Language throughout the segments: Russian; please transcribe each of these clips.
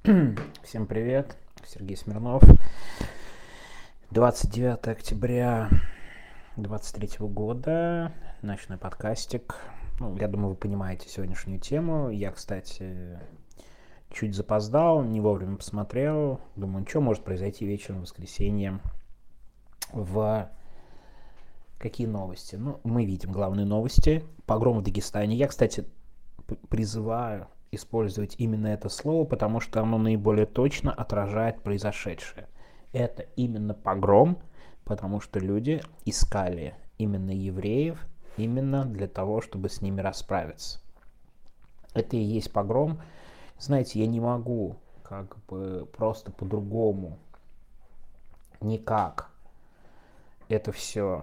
Всем привет, Сергей Смирнов. 29 октября 2023 года, ночной подкастик. Я думаю, вы понимаете сегодняшнюю тему. Я, кстати, чуть запоздал, не вовремя посмотрел. Думаю, что может произойти вечером в воскресенье. Какие новости? Мы видим главные новости. Погром в Дагестане. Я, кстати, призываю использовать именно это слово, потому что оно наиболее точно отражает произошедшее. Это именно погром, потому что люди искали именно евреев, именно для того, чтобы с ними расправиться. Это и есть погром. Знаете, я не могу просто по-другому никак это все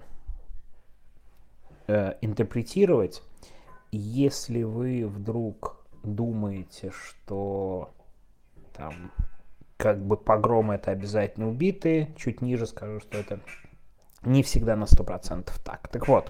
интерпретировать. Если вы вдруг думаете, что там погромы это обязательно убитые, чуть ниже скажу, что это не всегда на 100% так. Так вот,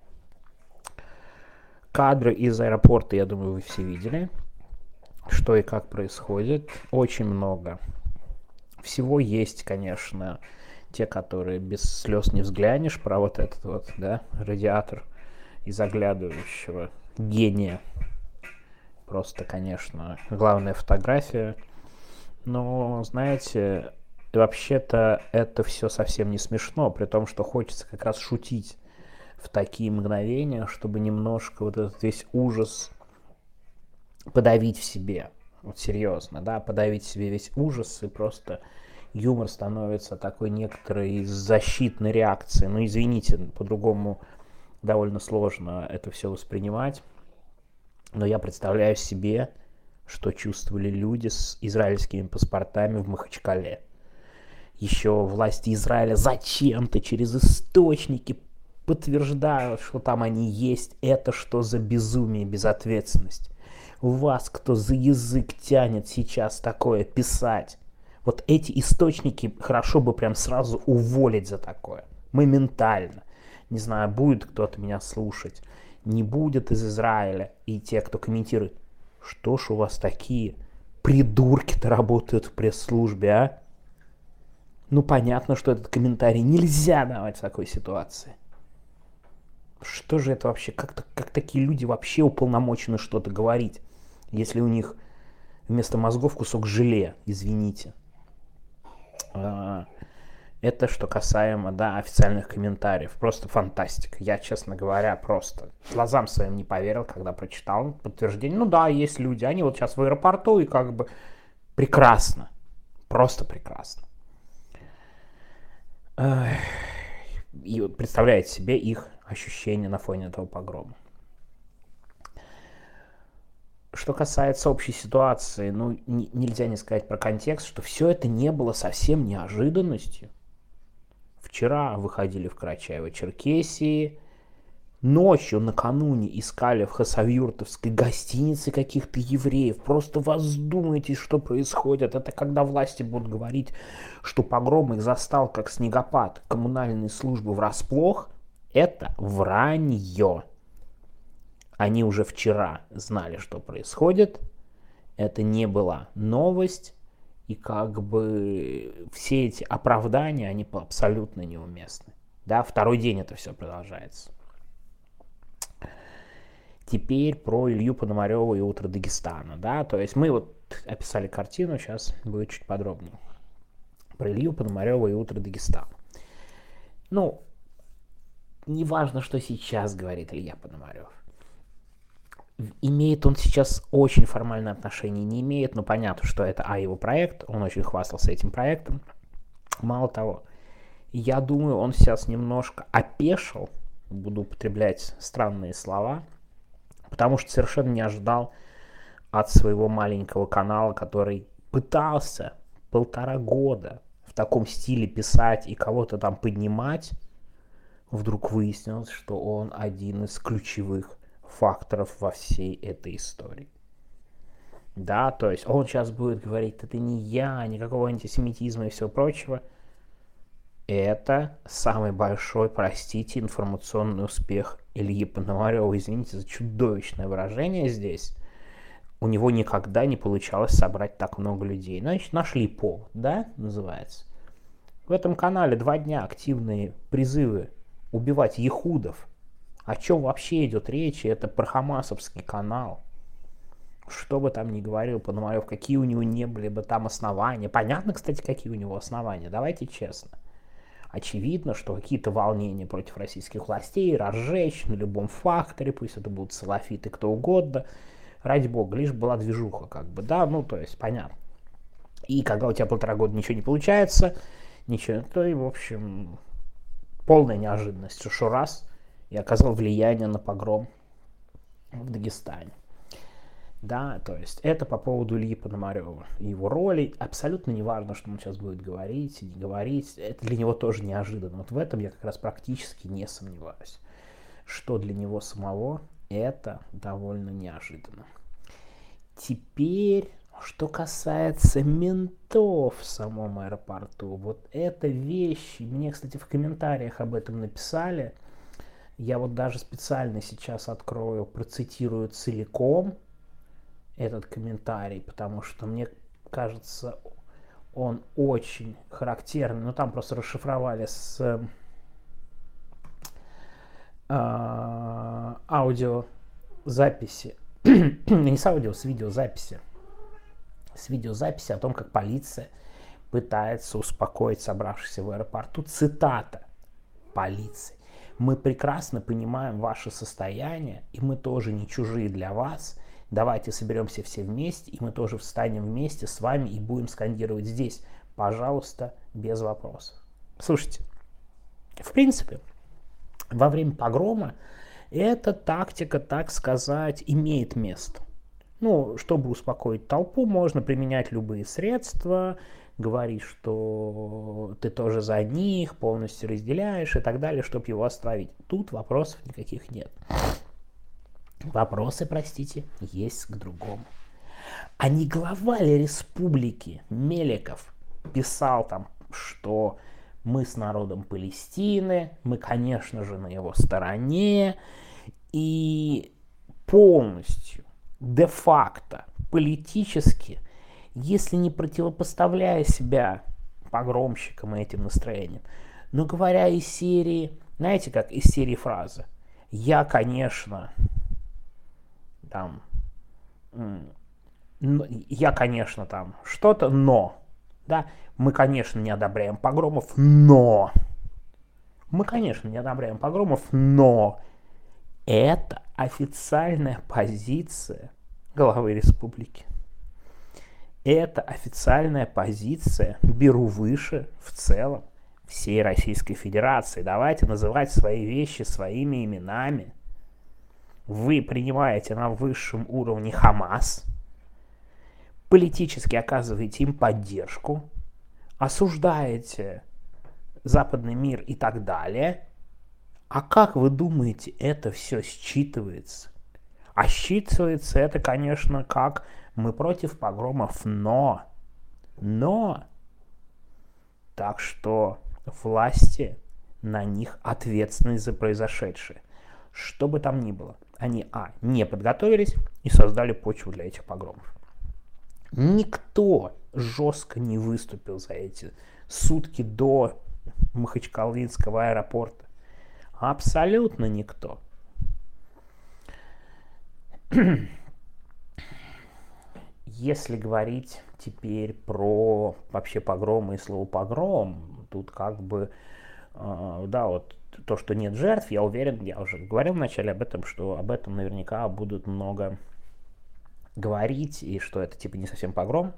кадры из аэропорта, я думаю, вы все видели, что и как происходит. Очень много всего есть, конечно, те, которые без слез не взглянешь, про вот этот вот, да, радиатор и заглядывающего гения. Просто, конечно, главная фотография. Но, знаете, вообще-то это все совсем не смешно, при том, что хочется как раз шутить в такие мгновения, чтобы немножко вот этот весь ужас подавить в себе. Вот серьезно, да, подавить в себе весь ужас, и просто юмор становится такой некоторой защитной реакцией. Ну, извините, по-другому довольно сложно это все воспринимать. Но я представляю себе, что чувствовали люди с израильскими паспортами в Махачкале. Еще власти Израиля зачем-то через источники подтверждают, что там они есть. Это что за безумие, безответственность? Вас кто за язык тянет сейчас такое писать? Вот эти источники хорошо бы прям сразу уволить за такое. Моментально. Не знаю, будет кто-то меня слушать. Не будет из Израиля. И те, кто комментирует. Что ж у вас такие придурки-то работают в пресс-службе, а? Ну, понятно, что этот комментарий нельзя давать в такой ситуации. Что же это вообще? Как такие люди вообще уполномочены что-то говорить, если у них вместо мозгов кусок желе, извините. Это что касаемо, да, официальных комментариев. Просто фантастика. Я, честно говоря, просто глазам своим не поверил, когда прочитал подтверждение. Ну да, есть люди, они вот сейчас в аэропорту и прекрасно. Просто прекрасно. И вот представляете себе их ощущения на фоне этого погрома. Что касается общей ситуации, нельзя не сказать про контекст, что все это не было совсем неожиданностью. Вчера выходили в Карачаево-Черкесии, ночью накануне искали в хасавюртовской гостинице каких-то евреев. Просто вздумайтесь, что происходит. Это когда власти будут говорить, что погром их застал как снегопад коммунальные службы врасплох. Это вранье. Они уже вчера знали, что происходит. Это не была новость. И все эти оправдания, они абсолютно неуместны. Да, второй день это все продолжается. Теперь про Илью Пономарева и утро Дагестана. Да? То есть мы вот описали картину, сейчас будет чуть подробнее. Про Илью Пономарева и утро Дагестана. Не важно, что сейчас говорит Илья Пономарев. Имеет он сейчас очень формальное отношение, не имеет, но понятно, что это его проект, он очень хвастался этим проектом. Мало того, я думаю, он сейчас немножко опешил, буду употреблять странные слова, потому что совершенно не ожидал от своего маленького канала, который пытался 1,5 года в таком стиле писать и кого-то там поднимать, вдруг выяснилось, что он один из ключевых факторов во всей этой истории. Да, то есть он сейчас будет говорить, это не я, никакого антисемитизма и всего прочего. Это самый большой, простите, информационный успех Ильи Пономарева. Извините за чудовищное выражение здесь. у него никогда не получалось собрать так много людей. Значит, нашли повод, да, называется. В этом канале 2 дня активные призывы убивать ехудов. О чем вообще идет речь? Это про хамасовский канал. Что бы там ни говорил Пономарев, какие у него не были бы там основания. Понятно, кстати, какие у него основания, давайте честно. Очевидно, что какие-то волнения против российских властей разжечь на любом факторе, пусть это будут салафиты, кто угодно. Ради бога, лишь была движуха, как бы, да, ну, то есть, понятно. И когда у тебя 1,5 года ничего не получается, ничего, то и, в общем, полная неожиданность, что раз и оказал влияние на погром в Дагестане. Да, то есть это по поводу Ильи Пономарева и его роли. Абсолютно не важно, что он сейчас будет говорить, не говорить. Это для него тоже неожиданно. Вот в этом я как раз практически не сомневаюсь, что для него самого это довольно неожиданно. Теперь, что касается ментов в самом аэропорту, вот эта вещь, мне, кстати, в комментариях об этом написали, я вот даже специально сейчас открою, процитирую целиком этот комментарий, потому что мне кажется, он очень характерный, но там просто расшифровали с аудиозаписи, не с аудио, с видеозаписи. С видеозаписи о том, как полиция пытается успокоить собравшихся в аэропорту. Цитата полиции. «Мы прекрасно понимаем ваше состояние, и мы тоже не чужие для вас. Давайте соберемся все вместе, и мы тоже встанем вместе с вами и будем скандировать здесь. Пожалуйста, без вопросов». Слушайте, в принципе, во время погрома эта тактика, так сказать, имеет место. Ну, чтобы успокоить толпу, можно применять любые средства, говорить, что ты тоже за них, полностью разделяешь и так далее, чтобы его остановить. Тут вопросов никаких нет. Вопросы, простите, есть к другому. А не глава ли республики Меликов писал там, что мы с народом Палестины, мы, конечно же, на его стороне, и полностью, де-факто, политически, если не противопоставляя себя погромщикам и этим настроениям, но говоря из серии, знаете, как из серии фразы «Я, конечно, там, что-то, но, да, мы, конечно, не одобряем погромов, но, это официальная позиция главы республики. Это официальная позиция, беру выше, в целом, всей Российской Федерации. Давайте называть свои вещи своими именами. Вы принимаете на высшем уровне Хамас, политически оказываете им поддержку, осуждаете западный мир и так далее. А как вы думаете, это все считывается? А считывается это, конечно, как мы против погромов, но. Так что власти на них ответственность за произошедшее. Что бы там ни было, они, не подготовились и создали почву для этих погромов. Никто жестко не выступил за эти сутки до Махачкалинского аэропорта. Абсолютно никто. Если говорить теперь про вообще погромы и слово погром, тут как бы, да, вот то, что нет жертв, я уверен, я уже говорил вначале об этом, что об этом наверняка будут много говорить, и что это типа не совсем погром.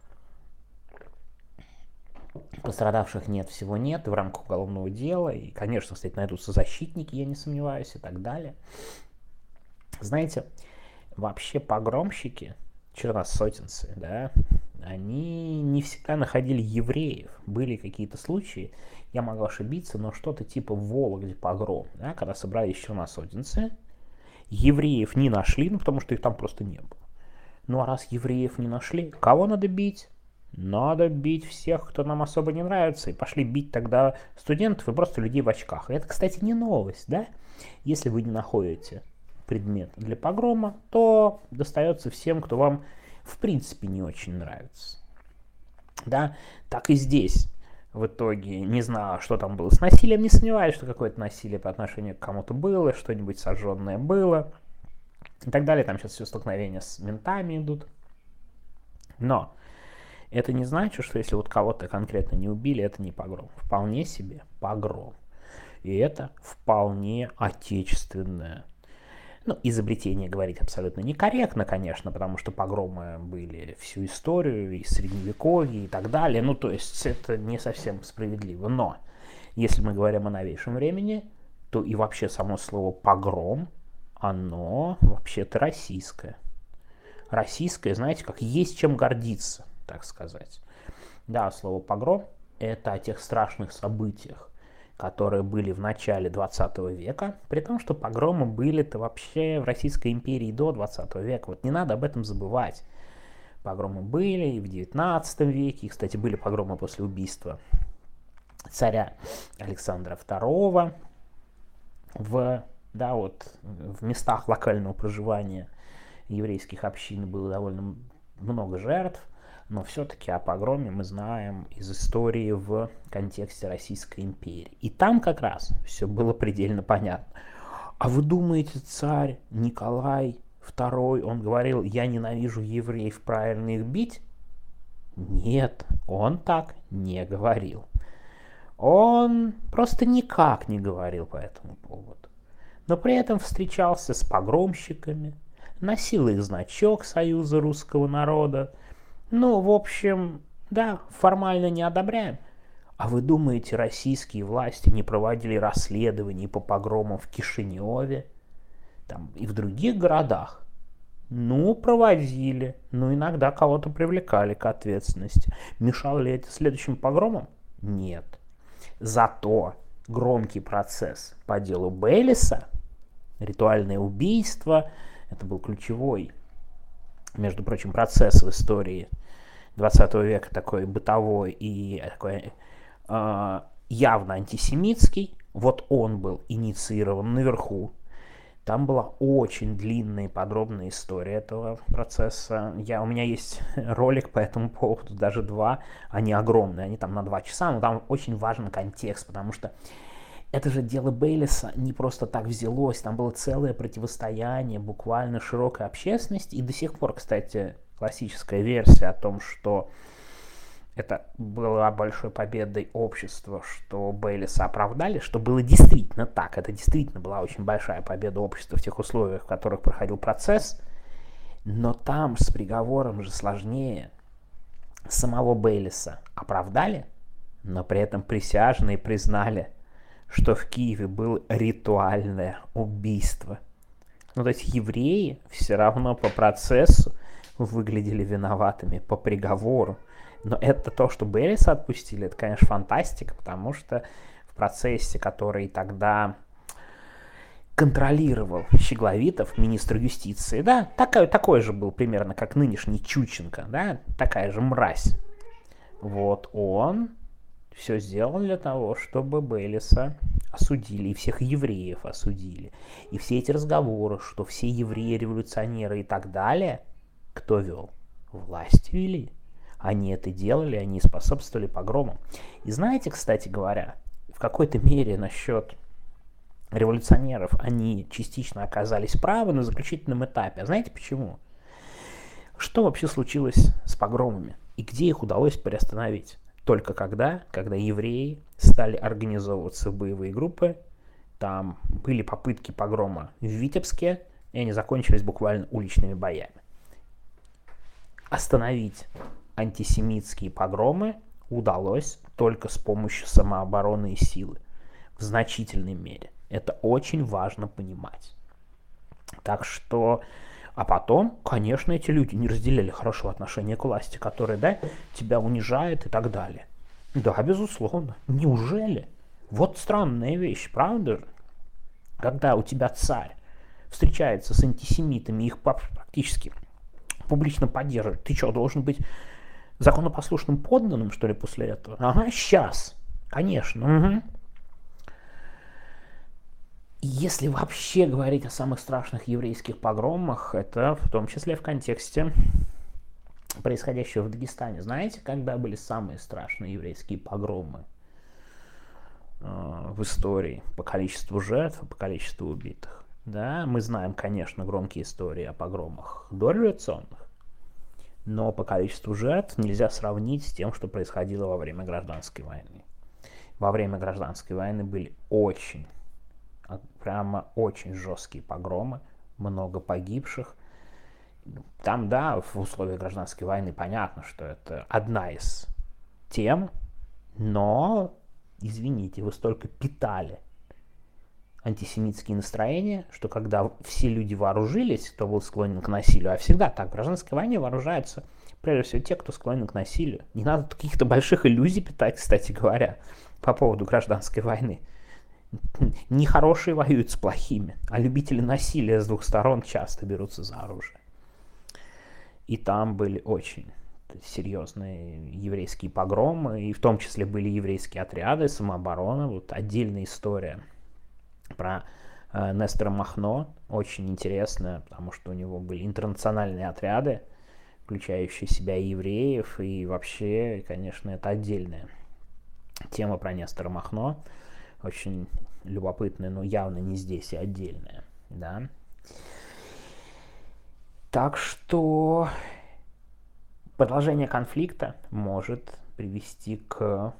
Пострадавших нет, всего нет, в рамках уголовного дела, и, конечно, кстати, найдутся защитники, я не сомневаюсь, и так далее. Знаете, вообще погромщики, черносотенцы, да, они не всегда находили евреев. Были какие-то случаи, я могу ошибиться, но что-то типа в Вологде погром, да, когда собрались черносотенцы, евреев не нашли, ну, потому что их там просто не было. Ну, а раз евреев не нашли, кого надо бить? Надо бить всех, кто нам особо не нравится, и пошли бить тогда студентов и просто людей в очках. И это, кстати, не новость, да? Если вы не находите предмет для погрома, то достается всем, кто вам в принципе не очень нравится. Да, так и здесь. В итоге не знаю, что там было с насилием, не сомневаюсь, что какое-то насилие по отношению к кому-то было, что-нибудь сожженное было и так далее. Там сейчас все столкновения с ментами идут. Но это не значит, что если вот кого-то конкретно не убили, это не погром. Вполне себе погром. И это вполне отечественное. Ну, изобретение говорить абсолютно некорректно, конечно, потому что погромы были всю историю, и средневековье, и так далее. Ну, то есть это не совсем справедливо. Но если мы говорим о новейшем времени, то и вообще само слово «погром», оно вообще-то российское. Российское, знаете, как есть чем гордиться, так сказать. Да, слово «погром» — это о тех страшных событиях, которые были в начале 20 века, при том, что погромы были-то вообще в Российской империи до 20 века. Вот не надо об этом забывать. Погромы были и в 19 веке, и, кстати, были погромы после убийства царя Александра II в местах локального проживания еврейских общин было довольно много жертв. Но все-таки о погроме мы знаем из истории в контексте Российской империи. И там как раз все было предельно понятно. А вы думаете, царь Николай II, он говорил: я ненавижу евреев, правильно их бить? Нет, он так не говорил. Он просто никак не говорил по этому поводу. Но при этом встречался с погромщиками, носил их значок Союза русского народа. Ну, в общем, да, формально не одобряем. А вы думаете, российские власти не проводили расследований по погромам в Кишиневе там, и в других городах? Ну, проводили. Ну, иногда кого-то привлекали к ответственности. Мешало ли это следующим погромам? Нет. Зато громкий процесс по делу Бейлиса, ритуальное убийство, это был ключевой, между прочим, процесс в истории 20 века, такой бытовой и такой явно антисемитский. Вот он был инициирован наверху. Там была очень длинная и подробная история этого процесса. У меня есть ролик по этому поводу, даже 2. Они огромные, они там на 2 часа, но там очень важен контекст, потому что это же дело Бейлиса не просто так взялось, там было целое противостояние буквально широкой общественности, и до сих пор, кстати, классическая версия о том, что это была большой победой общества, что Бейлиса оправдали, что было действительно так, это действительно была очень большая победа общества в тех условиях, в которых проходил процесс, но там с приговором же сложнее. Самого Бейлиса оправдали, но при этом присяжные признали, что в Киеве было ритуальное убийство. Ну, то есть евреи все равно по процессу выглядели виноватыми по приговору. Но это то, что Бейлиса отпустили, это, конечно, фантастика, потому что в процессе, который тогда контролировал Щегловитов, министр юстиции, да, такой же был примерно, как нынешний Чученко, да, такая же мразь. Вот он все сделал для того, чтобы Бейлиса осудили, и всех евреев осудили. И все эти разговоры, что все евреи революционеры и так далее, кто вел? Власть вели. Они это делали, они способствовали погромам. И знаете, кстати говоря, в какой-то мере насчет революционеров они частично оказались правы на заключительном этапе. А знаете почему? Что вообще случилось с погромами? И где их удалось приостановить? Только когда евреи стали организовываться в боевые группы, там были попытки погрома в Витебске, и они закончились буквально уличными боями. Остановить антисемитские погромы удалось только с помощью самообороны и силы. В значительной мере. Это очень важно понимать. Так что... А потом, конечно, эти люди не разделяли хорошего отношения к власти, которая, да, тебя унижает и так далее. Да, безусловно. Неужели? Вот странная вещь, правда же? Когда у тебя царь встречается с антисемитами, их практически публично поддерживает, ты что, должен быть законопослушным подданным, что ли, после этого? Ага, сейчас. Конечно. Угу. И если вообще говорить о самых страшных еврейских погромах, это в том числе в контексте происходящего в Дагестане. Знаете, когда были самые страшные еврейские погромы в истории по количеству жертв, по количеству убитых? Да, мы знаем, конечно, громкие истории о погромах дореволюционных, но по количеству жертв нельзя сравнить с тем, что происходило во время гражданской войны. Во время гражданской войны были прямо очень жесткие погромы, много погибших. Там, да, в условиях гражданской войны понятно, что это одна из тем, но, извините, вы столько питали антисемитские настроения, что когда все люди вооружились, кто был склонен к насилию, а всегда так, в гражданской войне вооружаются прежде всего те, кто склонен к насилию. Не надо каких-то больших иллюзий питать, кстати говоря, по поводу гражданской войны. Не хорошие воюют с плохими, а любители насилия с двух сторон часто берутся за оружие. И там были очень серьезные еврейские погромы, и в том числе были еврейские отряды, самооборона. Вот отдельная история про Нестора Махно, очень интересная, потому что у него были интернациональные отряды, включающие в себя и евреев, и вообще, конечно, это отдельная тема про Нестора Махно, очень любопытная, но явно не здесь и отдельная, да. Так что продолжение конфликта может привести к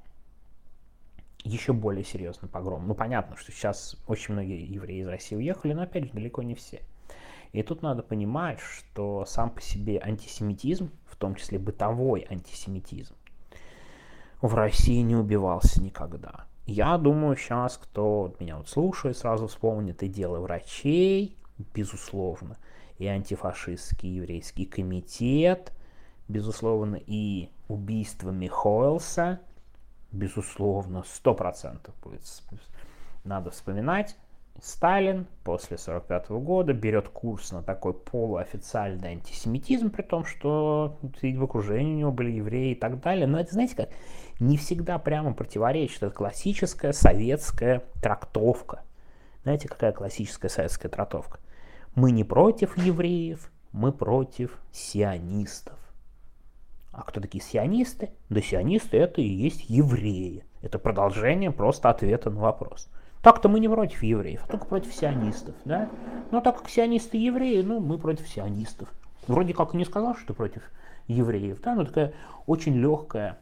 еще более серьезным погромам. Ну, понятно, что сейчас очень многие евреи из России уехали, но, опять же, далеко не все. И тут надо понимать, что сам по себе антисемитизм, в том числе бытовой антисемитизм, в России не убивался никогда. Я думаю, сейчас, кто меня вот слушает, сразу вспомнит и дело врачей, безусловно, и антифашистский еврейский комитет, безусловно, и убийство Михоэлса, безусловно, 100% будет надо вспоминать. Сталин после 1945 года берет курс на такой полуофициальный антисемитизм, при том, что в окружении у него были евреи и так далее. Но это, знаете как, не всегда прямо противоречит. Это классическая советская трактовка. Знаете, какая классическая советская трактовка? Мы не против евреев, мы против сионистов. А кто такие сионисты? Да сионисты это и есть евреи. Это продолжение просто ответа на вопрос. Так-то мы не против евреев, а только против сионистов, да? Но так как сионисты евреи, ну, мы против сионистов. Вроде как и не сказал, что против евреев, да? Но такая очень легкая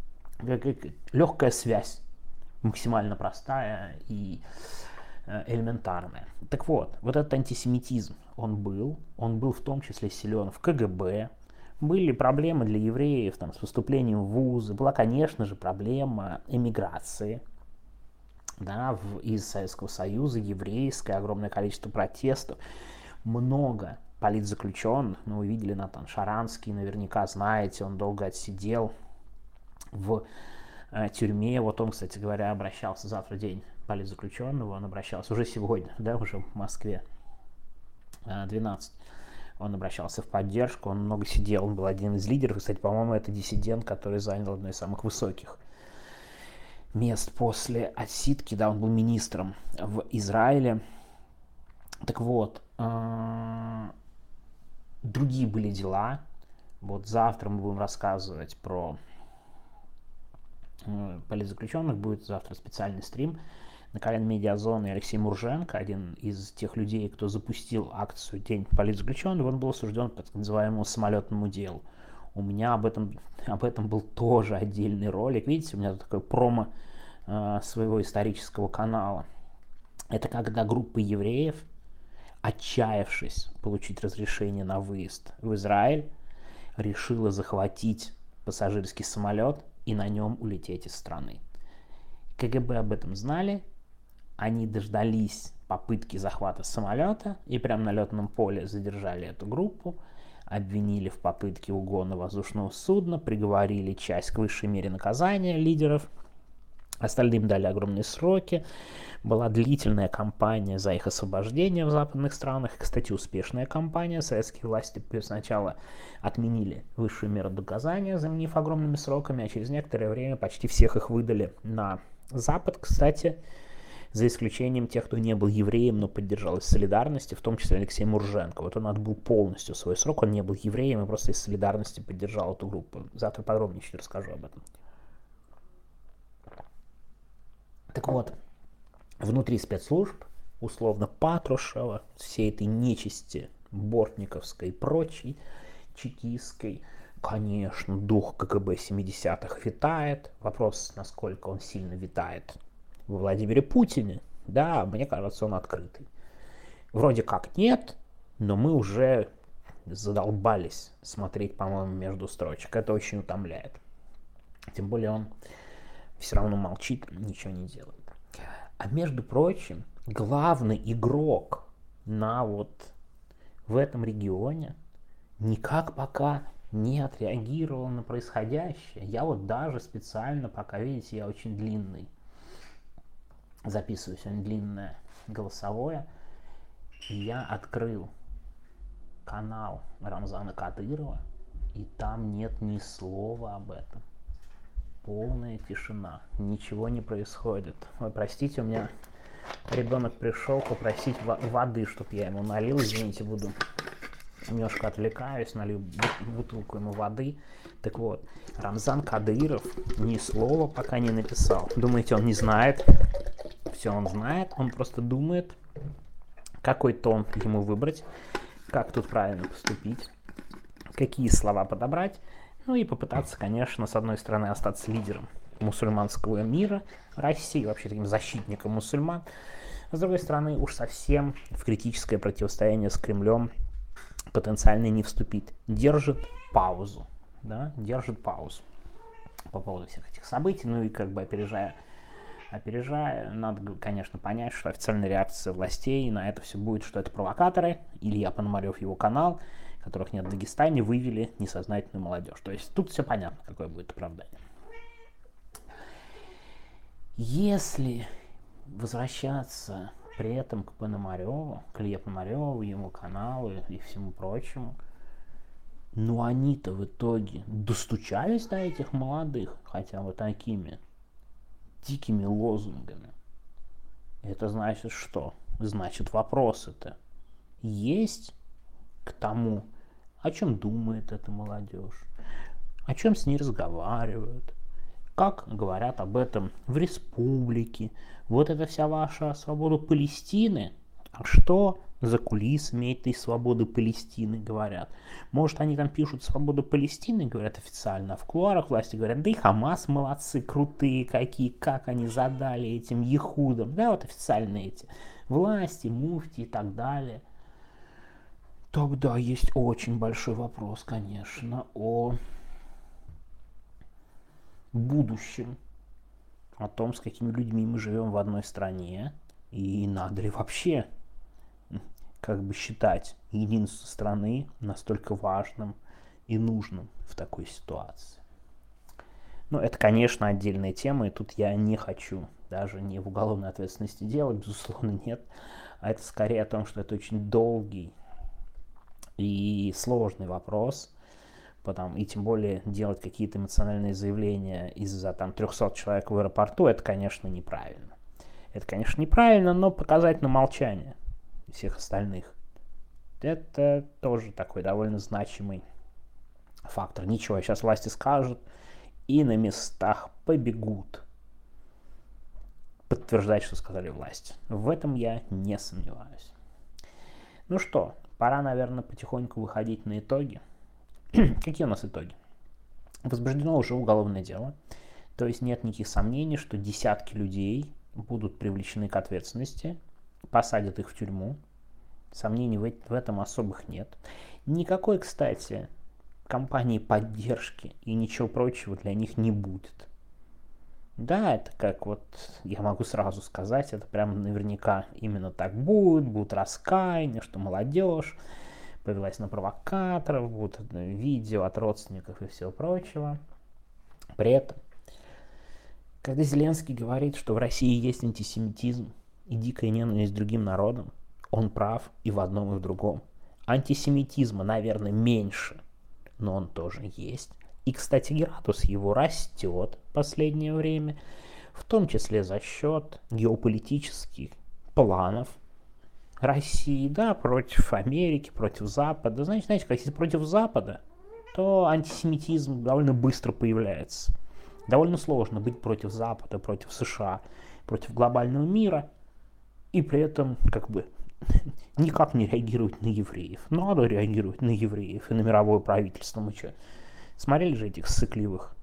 связь, максимально простая и элементарная. Так вот, вот этот антисемитизм, он был в том числе силен в КГБ, были проблемы для евреев там, с поступлением в вузы, была, конечно же, проблема эмиграции, да, из Советского Союза, еврейское, огромное количество протестов, много политзаключенных, ну, вы видели Натан Шаранский, наверняка знаете, он долго отсидел в тюрьме, вот он, кстати говоря, обращался, завтра день политзаключенного, он обращался уже сегодня, да, уже в Москве 12, он обращался в поддержку, он много сидел, он был один из лидеров, кстати, по-моему, это диссидент, который занял одно из самых высоких мест после отсидки, да, он был министром в Израиле. Так вот, другие были дела. Вот завтра мы будем рассказывать про политзаключенных, будет завтра специальный стрим на канале Медиазоны. Алексей Мурженко, один из тех людей, кто запустил акцию «День политзаключенных», он был осужден по так называемому самолетному делу. У меня об этом был тоже отдельный ролик. Видите, у меня тут такой промо своего исторического канала. Это когда группа евреев, отчаявшись получить разрешение на выезд в Израиль, решила захватить пассажирский самолет и на нем улететь из страны. КГБ об этом знали, они дождались попытки захвата самолета и прямо на летном поле задержали эту группу, обвинили в попытке угона воздушного судна, приговорили часть к высшей мере наказания лидеров, остальным дали огромные сроки. Была длительная кампания за их освобождение в западных странах. Кстати, успешная кампания. Советские власти сначала отменили высшую меру наказания, заменив огромными сроками, а через некоторое время почти всех их выдали на Запад. Кстати, за исключением тех, кто не был евреем, но поддержал из солидарности, в том числе Алексей Мурженко. Вот он отбыл полностью свой срок, он не был евреем и просто из солидарности поддержал эту группу. Завтра подробнее чуть расскажу об этом. Так вот, внутри спецслужб, условно Патрушева, всей этой нечисти бортниковской и прочей, чекистской, конечно, дух КГБ 70-х витает. Вопрос, насколько он сильно витает во Владимире Путине. Да, мне кажется, он открытый. Вроде как нет, но мы уже задолбались смотреть, по-моему, между строчек. Это очень утомляет. Тем более он все равно молчит, ничего не делает. А между прочим, главный игрок на вот в этом регионе никак пока не отреагировал на происходящее. Я вот даже специально, пока, видите, я очень длинный, записываю сегодня длинное голосовое, я открыл канал Рамзана Кадырова, и там нет ни слова об этом. Полная тишина, ничего не происходит. Ой, простите, у меня ребенок пришел попросить воды, чтобы я ему налил. Извините, буду немножко отвлекаюсь, налью бутылку ему воды. Так вот, Рамзан Кадыров ни слова пока не написал. Думаете, он не знает? Все он знает, он просто думает, какой тон ему выбрать, как тут правильно поступить, какие слова подобрать. Ну и попытаться, конечно, с одной стороны остаться лидером мусульманского мира, России, вообще таким защитником мусульман. С другой стороны, уж совсем в критическое противостояние с Кремлем потенциально не вступить. Держит паузу, да, держит паузу по поводу всех этих событий. Ну и как бы опережая, надо, конечно, понять, что официальная реакция властей на это все будет, что это провокаторы. Илья Пономарев, его канал, которых нет в Дагестане, вывели несознательную молодежь. То есть тут все понятно, какое будет оправдание. Если возвращаться при этом к Пономареву, к Илье Пономареву, ему каналу и всему прочему, ну они-то в итоге достучались до этих молодых хотя бы такими дикими лозунгами. Это значит что? Значит, вопросы-то есть к тому, о чем думает эта молодежь, о чем с ней разговаривают, как говорят об этом в республике. Вот это вся ваша свобода Палестины. А что за кулисами этой свободы Палестины говорят? Может, они там пишут «свобода Палестины», говорят официально, а в кулуарах власти говорят: да и Хамас молодцы, крутые какие, как они задали этим ехудам. Да, вот официальные эти власти, муфти и так далее. Тогда есть очень большой вопрос, конечно, о будущем, о том, с какими людьми мы живем в одной стране, и надо ли вообще как бы считать единство страны настолько важным и нужным в такой ситуации. Ну, это, конечно, отдельная тема, и тут я не хочу даже не в уголовной ответственности делать, безусловно, нет, а это скорее о том, что это очень долгий и сложный вопрос, и тем более делать какие-то эмоциональные заявления из-за там 300 человек в аэропорту, это, конечно, неправильно. Это, конечно, неправильно, но показательно молчание всех остальных. Это тоже такой довольно значимый фактор. Ничего, сейчас власти скажут, и на местах побегут подтверждать, что сказали власти. В этом я не сомневаюсь. Ну что, пора, наверное, потихоньку выходить на итоги. Какие у нас итоги? Возбуждено уже уголовное дело, то есть нет никаких сомнений, что десятки людей будут привлечены к ответственности, посадят их в тюрьму. Сомнений в этом особых нет. Никакой, кстати, кампании поддержки и ничего прочего для них не будет. Да, это как вот, я могу сразу сказать, это прям наверняка именно так будет, будут раскаяния, что молодежь повелась на провокаторов, будут видео от родственников и всего прочего. При этом, когда Зеленский говорит, что в России есть антисемитизм и дикая ненависть к другим народам, он прав и в одном, и в другом. Антисемитизма, наверное, меньше, но он тоже есть. И, кстати, градус его растет в последнее время. в том числе за счет геополитических планов России, да, против Америки, против Запада. Знаете, если против Запада, то антисемитизм довольно быстро появляется. Довольно сложно быть против Запада, против США, против глобального мира, и при этом никак не реагировать на евреев. Надо реагировать на евреев и на мировое правительство. Мы что, смотрели же этих ссыкливых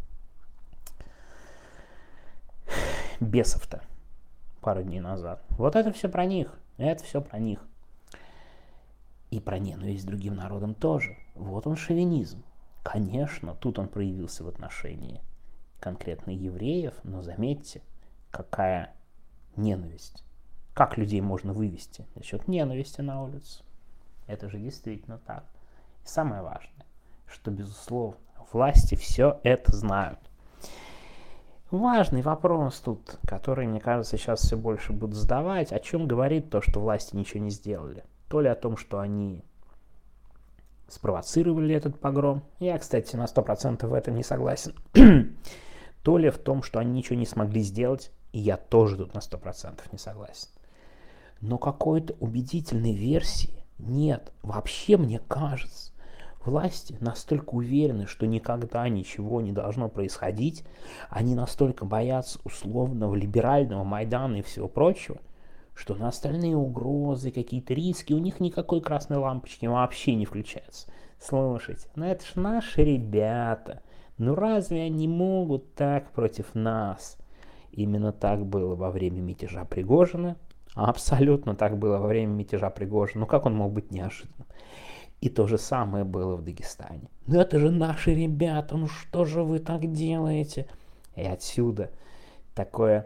бесов-то пару дней назад? Вот это все про них. Это все про них. И про ненависть другим народам тоже. Вот он шовинизм. Конечно, тут он проявился в отношении конкретно евреев, но заметьте, какая ненависть. Как людей можно вывести за счет ненависти на улицу? Это же действительно так. И самое важное, что, безусловно, власти все это знают. Важный вопрос тут, который, мне кажется, сейчас все больше будут задавать, о чем говорит то, что власти ничего не сделали. То ли о том, что они спровоцировали этот погром. Я, кстати, на 100% в этом не согласен. То ли в том, что они ничего не смогли сделать, и я тоже тут на 100% не согласен. Но какой-то убедительной версии нет. Вообще, мне кажется, власти настолько уверены, что никогда ничего не должно происходить, они настолько боятся условного либерального Майдана и всего прочего, что на остальные угрозы, какие-то риски, у них никакой красной лампочки вообще не включается. Слушайте, это ж наши ребята. Разве они могут так против нас? Именно так было во время мятежа Пригожина. Абсолютно так было во время мятежа Пригожина. Как он мог быть неожиданным? И то же самое было в Дагестане. Это же наши ребята, что же вы так делаете? И отсюда такая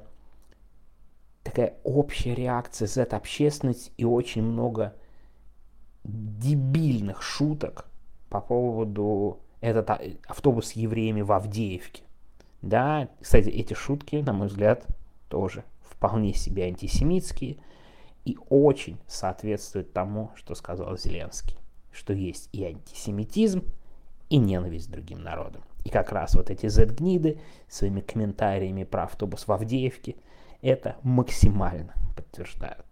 общая реакция Z-общественности и очень много дебильных шуток по поводу этот автобус с евреями в Авдеевке. Да, кстати, эти шутки, на мой взгляд, тоже вполне себе антисемитские и очень соответствуют тому, что сказал Зеленский, что есть и антисемитизм, и ненависть к другим народам. И как раз вот эти Z-гниды своими комментариями про автобус в Авдеевке это максимально подтверждают.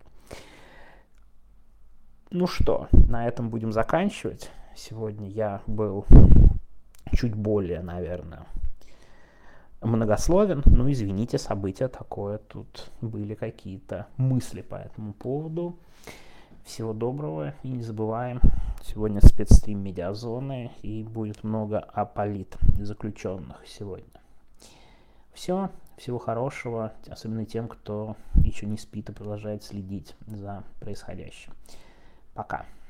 Что, на этом будем заканчивать. Сегодня я был чуть более, наверное, многословен. Извините, событие такое. Тут были какие-то мысли по этому поводу. Всего доброго и не забываем, сегодня спецстрим Медиазоны и будет много о политзаключенных сегодня. Всего хорошего, особенно тем, кто еще не спит и продолжает следить за происходящим. Пока.